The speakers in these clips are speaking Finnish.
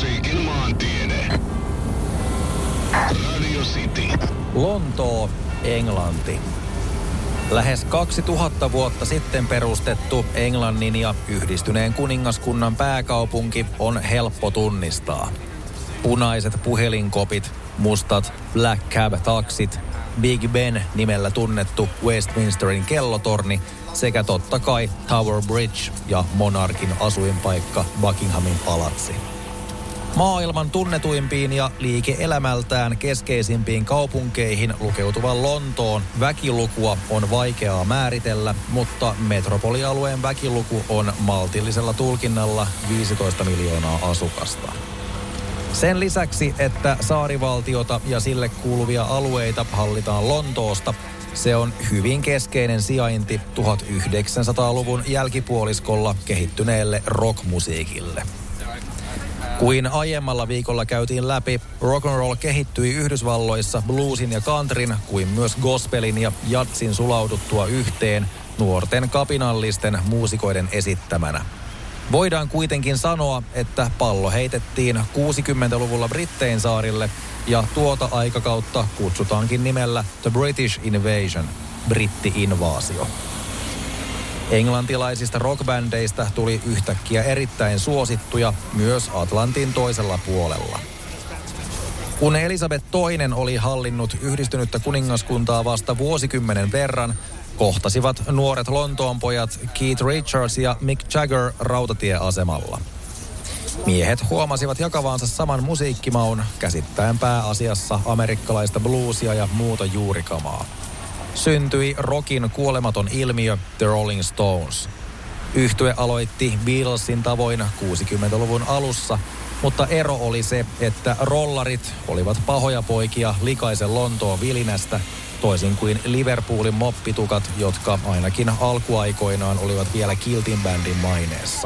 Rockmusiikin maantiede. Radio City. Lontoo, Englanti. Lähes 2000 vuotta sitten perustettu Englannin ja Yhdistyneen kuningaskunnan pääkaupunki on helppo tunnistaa. Punaiset puhelinkopit, mustat Black Cab-taksit, Big Ben nimellä tunnettu Westminsterin kellotorni sekä totta kai Tower Bridge ja monarkin asuinpaikka Buckinghamin palatsi. Maailman tunnetuimpiin ja liike-elämältään keskeisimpiin kaupunkeihin lukeutuvan Lontoon väkilukua on vaikeaa määritellä, mutta metropolialueen väkiluku on maltillisella tulkinnalla 15 miljoonaa asukasta. Sen lisäksi, että saarivaltiota ja sille kuuluvia alueita hallitaan Lontoosta, se on hyvin keskeinen sijainti 1900-luvun jälkipuoliskolla kehittyneelle rockmusiikille. Kuin aiemmalla viikolla käytiin läpi, rock'n'roll kehittyi Yhdysvalloissa bluesin ja countryn kuin myös gospelin ja jatsin sulauduttua yhteen nuorten kapinallisten muusikoiden esittämänä. Voidaan kuitenkin sanoa, että pallo heitettiin 60-luvulla Brittein saarille ja tuota aikakautta kutsutaankin nimellä The British Invasion, britti-invaasio. Englantilaisista rockbändeistä tuli yhtäkkiä erittäin suosittuja myös Atlantin toisella puolella. Kun Elisabeth II oli hallinnut Yhdistynyttä kuningaskuntaa vasta vuosikymmenen verran, kohtasivat nuoret Lontoon pojat Keith Richards ja Mick Jagger rautatieasemalla. Miehet huomasivat jakavansa saman musiikkimaun, käsittäen pääasiassa amerikkalaista bluesia ja muuta juurikamaa. Syntyi rockin kuolematon ilmiö The Rolling Stones. Yhtye aloitti Beatlesin tavoin 60-luvun alussa, mutta ero oli se, että rollarit olivat pahoja poikia likaisen Lontoon vilinästä, toisin kuin Liverpoolin moppitukat, jotka ainakin alkuaikoinaan olivat vielä kiltin bändin maineessa.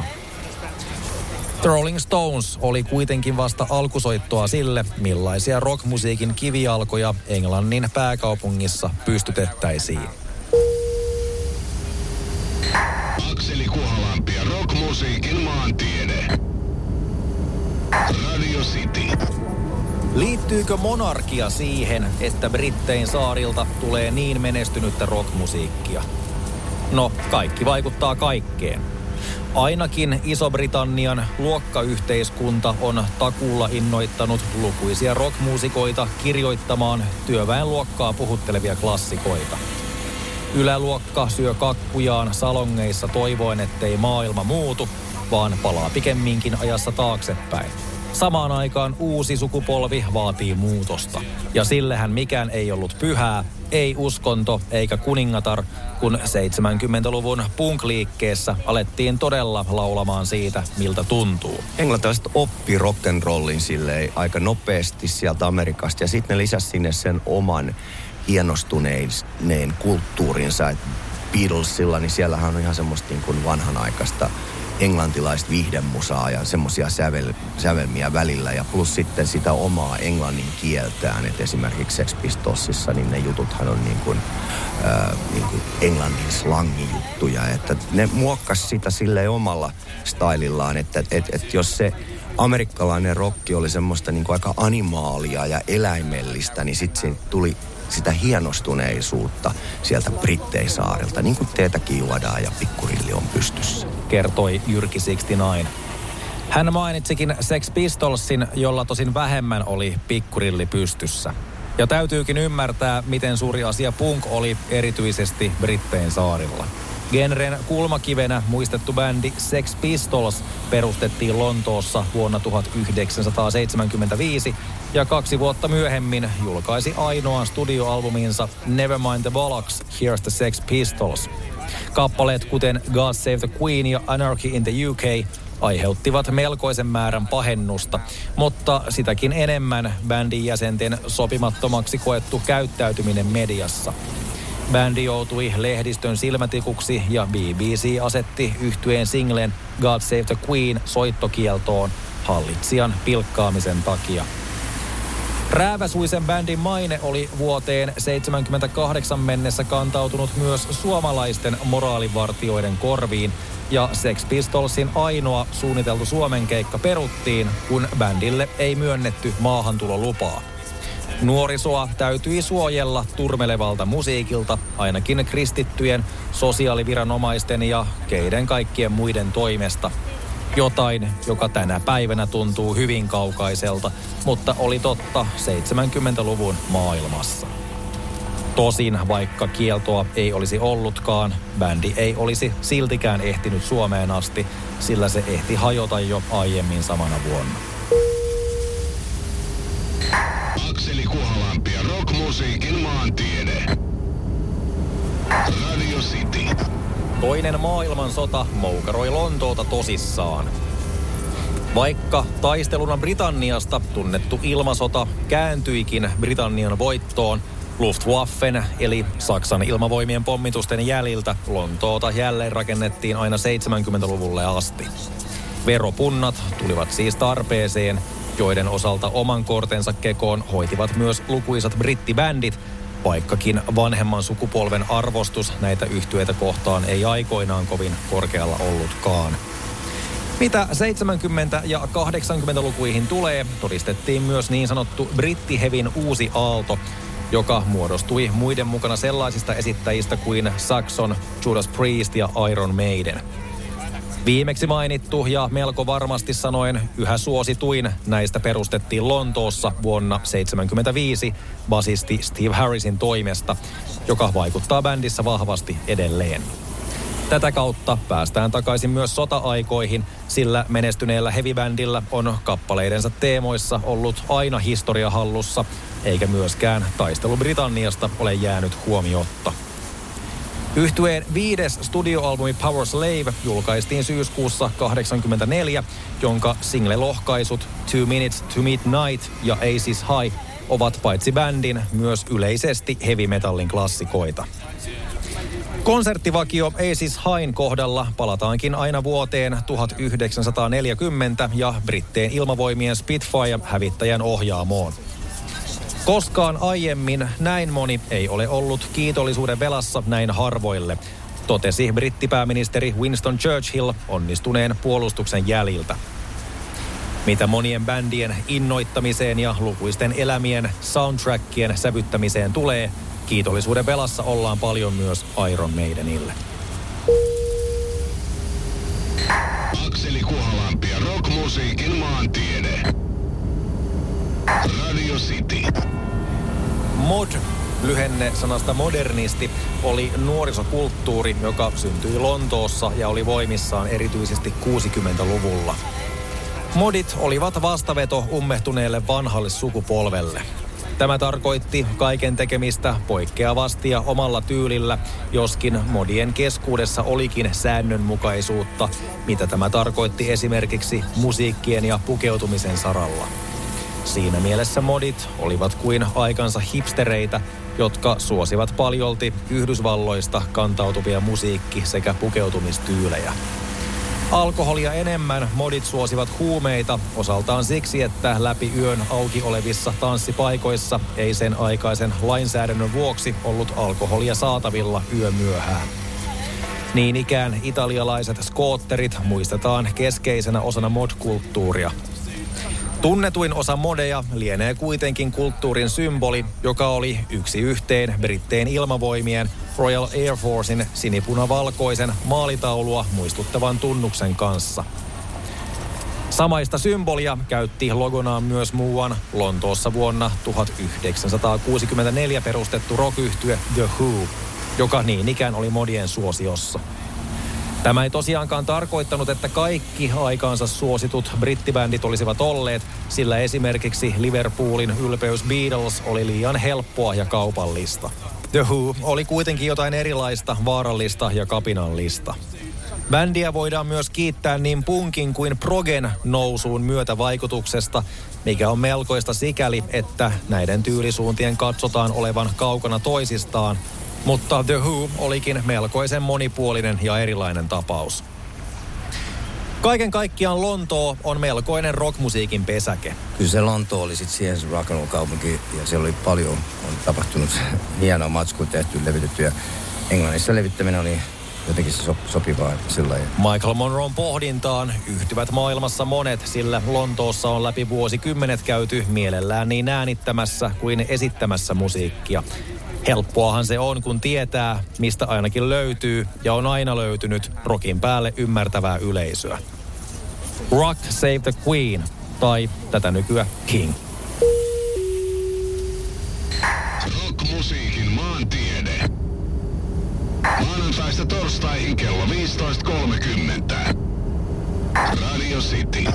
The Rolling Stones oli kuitenkin vasta alkusoittoa sille, millaisia rockmusiikin kivijalkoja Englannin pääkaupungissa pystytettäisiin. Akseli Kuhalampi ja rockmusiikin maantiede. Radio City. Liittyykö monarkia siihen, että Brittein saarilta tulee niin menestynyttä rockmusiikkia? No, kaikki vaikuttaa kaikkeen. Ainakin Iso-Britannian luokkayhteiskunta on takuulla innoittanut lukuisia rockmuusikoita kirjoittamaan työväenluokkaa puhuttelevia klassikoita. Yläluokka syö kakkujaan salongeissa toivoen, ettei maailma muutu, vaan palaa pikemminkin ajassa taaksepäin. Samaan aikaan uusi sukupolvi vaatii muutosta. Ja sillehän mikään ei ollut pyhää, ei uskonto eikä kuningatar, kun 70-luvun punk-liikkeessä alettiin todella laulamaan siitä, miltä tuntuu. Englantilaiset oppi rock'n'rollin silleen aika nopeasti sieltä Amerikasta ja sitten ne lisäsi sinne sen oman hienostuneen kulttuurinsa. Et Beatlesilla, niin siellähän on ihan semmoista niin kuin vanhanaikaista englantilaista viihdemusaa ja semmoisia sävelmiä välillä ja plus sitten sitä omaa englannin kieltään. Et esimerkiksi Sex Pistolsissa niin ne jututhan on niin kuin englannin slangijuttuja. Että ne muokkas sitä silleen omalla stylillaan, että jos se amerikkalainen rokki oli semmoista niin kuin aika animaalia ja eläimellistä, niin sitten tuli sitä hienostuneisuutta sieltä Brittein saarelta, niin kuin teetäkin juodaan ja pikkurilli on pystyssä. Kertoi Jyrki 69. Hän mainitsikin Sex Pistolsin, jolla tosin vähemmän oli pikkurilli pystyssä. Ja täytyykin ymmärtää, miten suuri asia punk oli erityisesti Brittein saarilla. Genren kulmakivenä muistettu bändi Sex Pistols perustettiin Lontoossa vuonna 1975 ja 2 vuotta myöhemmin julkaisi ainoan studioalbuminsa Nevermind the Bollocks, Here's the Sex Pistols. Kappaleet kuten God Save the Queen ja Anarchy in the UK aiheuttivat melkoisen määrän pahennusta, mutta sitäkin enemmän bändin jäsenten sopimattomaksi koettu käyttäytyminen mediassa. Bändi joutui lehdistön silmätikuksi ja BBC asetti yhtyeen singlen God Save the Queen soittokieltoon hallitsijan pilkkaamisen takia. Rääväsuisen bändin maine oli vuoteen 1978 mennessä kantautunut myös suomalaisten moraalivartioiden korviin, ja Sex Pistolsin ainoa suunniteltu Suomen keikka peruttiin, kun bändille ei myönnetty maahantulolupaa. Nuorisoa täytyi suojella turmelevalta musiikilta, ainakin kristittyjen, sosiaaliviranomaisten ja keiden kaikkien muiden toimesta. Jotain, joka tänä päivänä tuntuu hyvin kaukaiselta, mutta oli totta 70-luvun maailmassa. Tosin, vaikka kieltoa ei olisi ollutkaan, bändi ei olisi siltikään ehtinyt Suomeen asti, sillä se ehti hajota jo aiemmin samana vuonna. Akseli Kuhalampi ja rockmusiikin maantiede. Radio City. Toinen maailmansota moukaroi Lontoota tosissaan. Vaikka taisteluna Britanniasta tunnettu ilmasota kääntyikin Britannian voittoon, Luftwaffen eli Saksan ilmavoimien pommitusten jäljiltä Lontoota jälleen rakennettiin aina 70-luvulle asti. Veropunnat tulivat siis tarpeeseen, joiden osalta oman kortensa kekoon hoitivat myös lukuisat brittibändit, vaikkakin vanhemman sukupolven arvostus näitä yhtyeitä kohtaan ei aikoinaan kovin korkealla ollutkaan. Mitä 70- ja 80-lukuihin tulee, todistettiin myös niin sanottu brittihevin uusi aalto, joka muodostui muiden mukana sellaisista esittäjistä kuin Saxon, Judas Priest ja Iron Maiden. Viimeksi mainittu ja melko varmasti sanoen yhä suosituin näistä perustettiin Lontoossa vuonna 1975 basisti Steve Harrisin toimesta, joka vaikuttaa bändissä vahvasti edelleen. Tätä kautta päästään takaisin myös sota-aikoihin, sillä menestyneellä heavy-bändillä on kappaleidensa teemoissa ollut aina historia hallussa, eikä myöskään taistelu Britanniasta ole jäänyt huomiotta. Yhtyeen 5. studioalbumi Power Slave julkaistiin syyskuussa 1984, jonka single-lohkaisut 2 Minutes to Midnight ja Aces High ovat paitsi bändin myös yleisesti heavy metallin klassikoita. Konserttivakio Aces Highin kohdalla palataankin aina vuoteen 1940 ja Britteen ilmavoimien Spitfire-hävittäjän ohjaamoon. Koskaan aiemmin näin moni ei ole ollut kiitollisuuden velassa näin harvoille, totesi brittipääministeri Winston Churchill onnistuneen puolustuksen jäljiltä. Mitä monien bändien innoittamiseen ja lukuisten elämien soundtrackien sävyttämiseen tulee, kiitollisuuden velassa ollaan paljon myös Iron Maidenille. Akseli Kuhalampi ja rockmusiikin maantiede. Radio City. Mod, lyhenne sanasta modernisti, oli nuorisokulttuuri, joka syntyi Lontoossa ja oli voimissaan erityisesti 60-luvulla. Modit olivat vastaveto ummehtuneelle vanhalle sukupolvelle. Tämä tarkoitti kaiken tekemistä poikkeavasti ja omalla tyylillä, joskin modien keskuudessa olikin säännönmukaisuutta, mitä tämä tarkoitti esimerkiksi musiikkien ja pukeutumisen saralla. Siinä mielessä modit olivat kuin aikansa hipstereitä, jotka suosivat paljolti Yhdysvalloista kantautuvia musiikki- sekä pukeutumistyylejä. Alkoholia enemmän modit suosivat huumeita osaltaan siksi, että läpi yön auki olevissa tanssipaikoissa ei sen aikaisen lainsäädännön vuoksi ollut alkoholia saatavilla yömyöhään. Niin ikään italialaiset skootterit muistetaan keskeisenä osana mod-kulttuuria. Tunnetuin osa modeja lienee kuitenkin kulttuurin symboli, joka oli yksi yhteen Britteen ilmavoimien Royal Air Forcein sinipuna-valkoisen maalitaulua muistuttavan tunnuksen kanssa. Samaista symbolia käytti logonaan myös muuan Lontoossa vuonna 1964 perustettu rock-yhtye The Who, joka niin ikään oli modien suosiossa. Tämä ei tosiaankaan tarkoittanut, että kaikki aikaansa suositut brittibändit olisivat olleet, sillä esimerkiksi Liverpoolin ylpeys Beatles oli liian helppoa ja kaupallista. The Who oli kuitenkin jotain erilaista, vaarallista ja kapinallista. Bändiä voidaan myös kiittää niin punkin kuin progen nousuun myötävaikutuksesta, mikä on melkoista sikäli, että näiden tyylisuuntien katsotaan olevan kaukana toisistaan, mutta The Who olikin melkoisen monipuolinen ja erilainen tapaus. Kaiken kaikkiaan Lontoo on melkoinen rockmusiikin pesäke. Kyllä se Lontoo oli sitten siihen se rock and roll kaupunki ja siellä oli paljon on tapahtunut hienoa matskua tehty, levitetty ja Englannissa levittäminen oli jotenkin sopivaa sillä lailla. Michael Monroen pohdintaan yhtyvät maailmassa monet, sillä Lontoossa on läpi vuosikymmenet käyty mielellään niin äänittämässä kuin esittämässä musiikkia. Helppoahan se on, kun tietää, mistä ainakin löytyy ja on aina löytynyt rockin päälle ymmärtävää yleisöä. Rock Save the Queen, tai tätä nykyään King. Rockmusiikin maantiede. Maanantaista torstaihin kello 15.30. Radio City.